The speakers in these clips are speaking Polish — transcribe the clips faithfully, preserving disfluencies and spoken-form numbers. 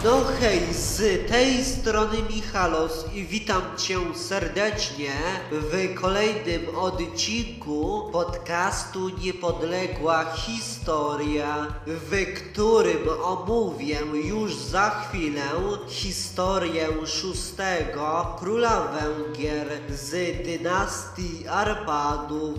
No hej, z tej strony Michalos i witam Cię serdecznie w kolejnym odcinku podcastu Niepodległa Historia, w którym omówię już za chwilę historię szóstego króla Węgier z dynastii Arpadów,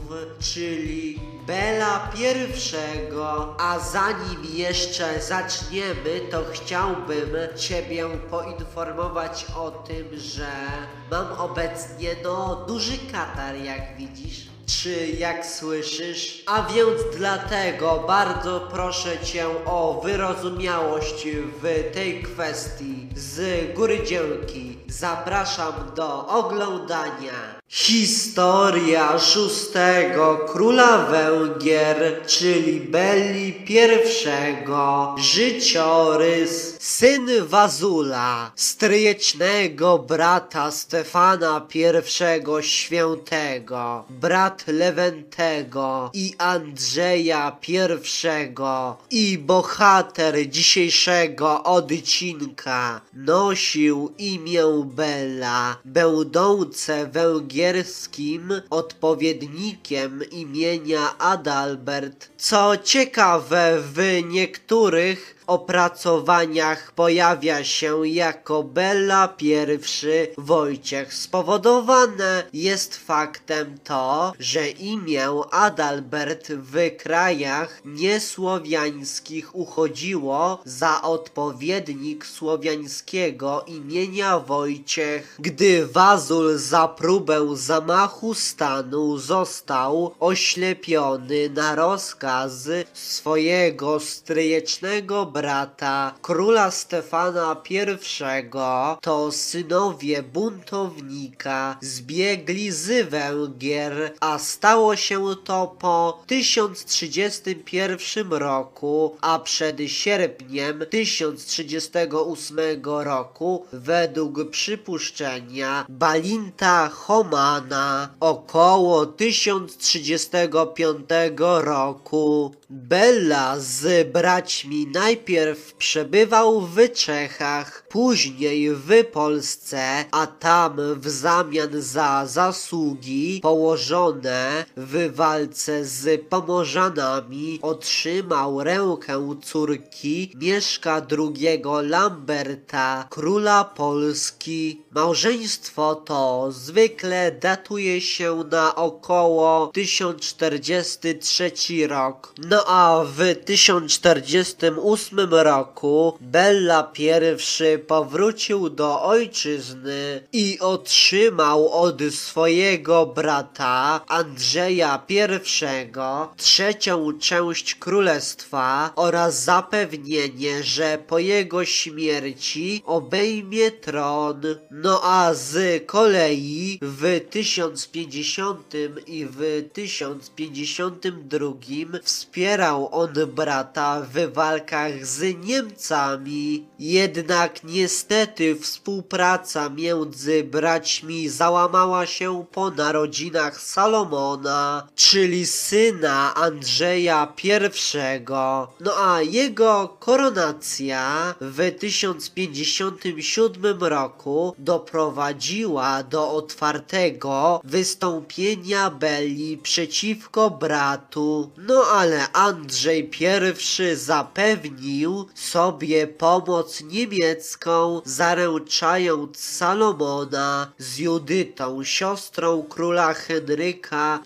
czyli Bela pierwszego. A zanim jeszcze zaczniemy, to chciałbym Ciebie poinformować o tym, że mam obecnie no duży katar, jak widzisz. Czy jak słyszysz? A więc dlatego bardzo proszę Cię o wyrozumiałość w tej kwestii. Z góry dzięki. Zapraszam do oglądania. Historia szóstego króla Węgier, czyli Beli pierwszego. Życiorys. Syn Wazula, stryjecznego brata Stefana pierwszego Świętego, brat Lewentego i Andrzeja pierwszego i bohater dzisiejszego odcinka nosił imię Bela, będące węgierskim odpowiednikiem imienia Adalbert. Co ciekawe, w niektórych opracowaniach pojawia się jako Bela pierwszy Wojciech. Spowodowane jest faktem to, że imię Adalbert w krajach niesłowiańskich uchodziło za odpowiednik słowiańskiego imienia Wojciech. Gdy Wazul za próbę zamachu stanu został oślepiony na rozkaz swojego stryjecznego brata, króla Stefana pierwszego, to synowie buntownika zbiegli z Węgier, a stało się to po tysiąc trzydziestym pierwszym roku, a przed sierpniem tysiąc trzydziestego ósmego roku, według przypuszczenia Balinta Homana, około tysiąc trzydziestego piątego roku. Bela z braćmi najpierw przebywał w Czechach, później w Polsce, a tam w zamian za zasługi położone w walce z Pomorzanami otrzymał rękę córki Mieszka drugiego Lamberta, króla Polski. Małżeństwo to zwykle datuje się na około tysiąc czterdziesty trzeci rok. No a w tysiąc czterdziestym ósmym roku Bela pierwszy powrócił do ojczyzny i otrzymał od swojego brata Andrzeja pierwszego trzecią część królestwa oraz zapewnienie, że po jego śmierci obejmie tron. No a z kolei w tysiąc pięćdziesiątym i w tysiąc pięćdziesiątym drugim wspierał on brata w walkach z Niemcami. Jednak niestety współpraca między braćmi załamała się po narodzinach Salomona, czyli syna Andrzeja pierwszego. No a jego koronacja w tysiąc pięćdziesiątym siódmym roku doprowadziła do otwartego wystąpienia Beli przeciwko bratu. No ale Andrzej pierwszy zapewnił sobie pomoc niemiecką, zaręczając Salomona z Judytą, siostrą króla Henryka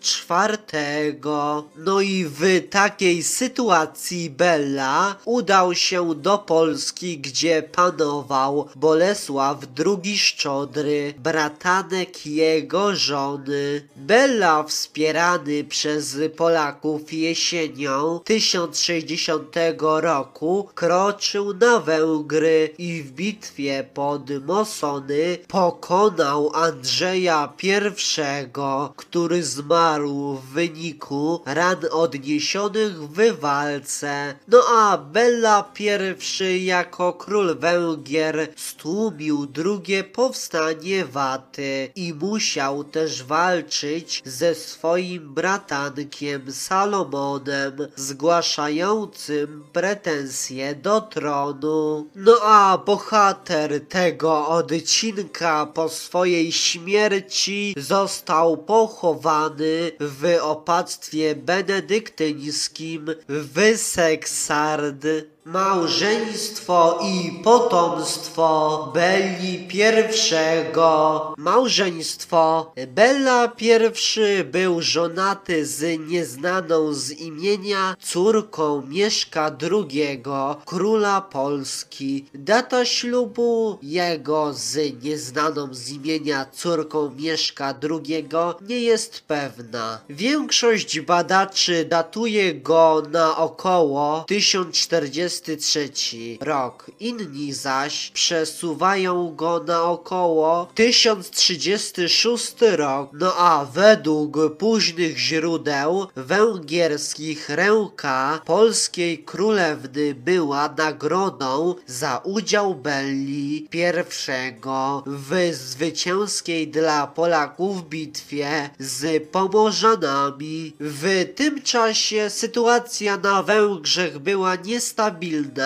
czwartego. No i w takiej sytuacji Bela udał się do Polski, gdzie panował Bolesław drugi Szczodry, bratanek jego żony. Bela, wspierany przez Polaków jesienią tysiąc sześćdziesiątego roku, kroczył na Węgry i w bitwie pod Mosony pokonał Andrzeja pierwszego, który zmarł w wyniku ran odniesionych w walce. No a Bela pierwszy jako król Węgier stłumił drugie powstanie Waty i musiał też walczyć ze swoim bratankiem Salomonem, zgłaszającym pretensje pretensje do tronu. No a bohater tego odcinka po swojej śmierci został pochowany w opactwie benedyktyńskim w Seksard. Małżeństwo i potomstwo Belli pierwszego. Małżeństwo. Bella pierwszy był żonaty z nieznaną z imienia córką Mieszka drugiego, króla Polski. Data ślubu jego z nieznaną z imienia córką Mieszka drugiego nie jest pewna. Większość badaczy datuje go na około tysiąc czterdziesty trzeci rok. Inni zaś przesuwają go na około tysiąc trzydziesty szósty rok. No a według późnych źródeł węgierskich ręka polskiej królewny była nagrodą za udział Belli pierwszego w zwycięskiej dla Polaków bitwie z Pomorzanami. W tym czasie sytuacja na Węgrzech była niestabilna,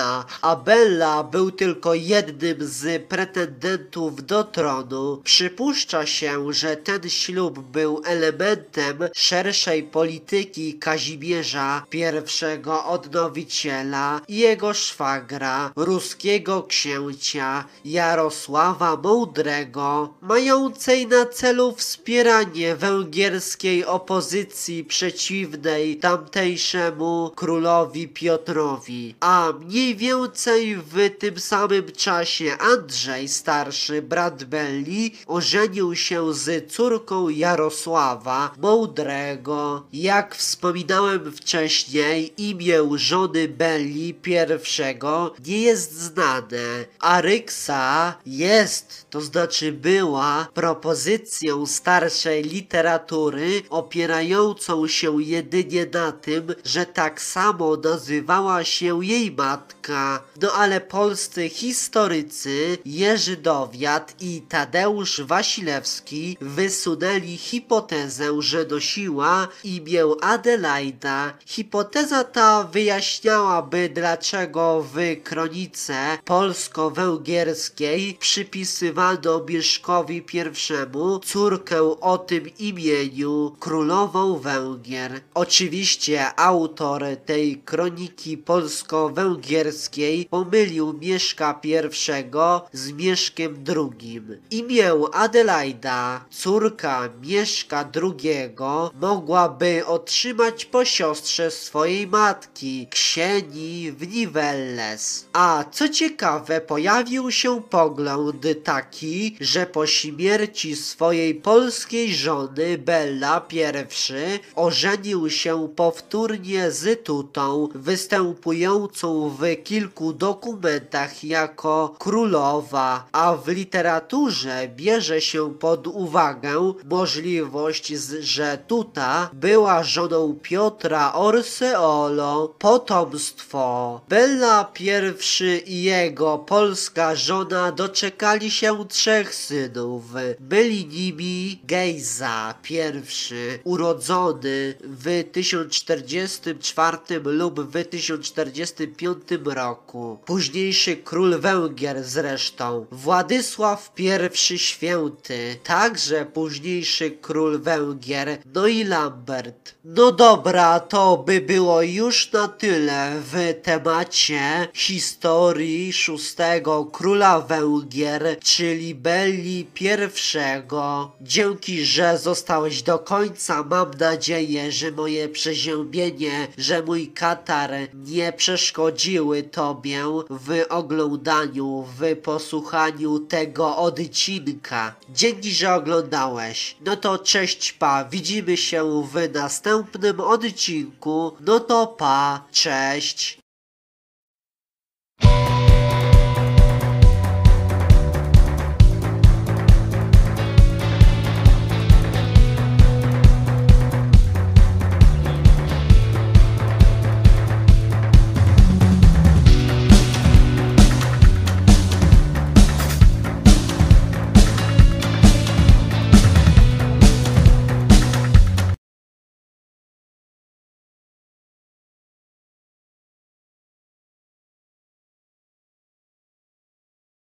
a Bella był tylko jednym z pretendentów do tronu. Przypuszcza się, że ten ślub był elementem szerszej polityki Kazimierza pierwszego Odnowiciela i jego szwagra, ruskiego księcia Jarosława Mądrego, mającej na celu wspieranie węgierskiej opozycji przeciwnej tamtejszemu królowi Piotrowi. A mniej więcej w tym samym czasie Andrzej, starszy brat Belli, ożenił się z córką Jarosława Mądrego. Jak wspominałem wcześniej, imię żony Belli pierwszego nie jest znane. Aryksa jest, to znaczy była, propozycją starszej literatury opierającą się jedynie na tym, że tak samo nazywała się jej matka. No ale polscy historycy Jerzy Dowiat i Tadeusz Wasilewski wysunęli hipotezę, że nosiła imię Adelaida. Hipoteza ta wyjaśniałaby, dlaczego w kronice polsko-węgierskiej przypisywano Mieszkowi pierwszemu córkę o tym imieniu, królową Węgier. Oczywiście autor tej kroniki polsko-węgierskiej pomylił Mieszka pierwszego z Mieszkiem drugim. Imię Adelaida, córka Mieszka drugiego, mogłaby otrzymać po siostrze swojej matki, Ksieni w Nivelles. A co ciekawe, pojawił się pogląd taki, że po śmierci swojej polskiej żony Bella pierwszy ożenił się powtórnie z Tutą, występującą w kilku dokumentach jako królowa, a w literaturze bierze się pod uwagę możliwość, że Tuta była żoną Piotra Orseolo. Potomstwo. Bella pierwszy i jego polska żona doczekali się trzech synów. Byli nimi Gejza pierwszy, urodzony w tysiąc czterdziestym czwartym lub w tysiąc czterdziestym piątym roku. Późniejszy król Węgier zresztą. Władysław pierwszy Święty, także późniejszy król Węgier, no i Lambert. No dobra, to by było już na tyle w temacie historii szóstego króla Węgier, czyli Belli pierwszego. Dzięki, że zostałeś do końca. Mam nadzieję, że moje przeziębienie, że mój katar nie przeszkodziły tobie w oglądaniu, w posłuchaniu tego odcinka. Dzięki, że oglądałeś. No to cześć, pa. Widzimy się w następnym odcinku. No to pa. Cześć.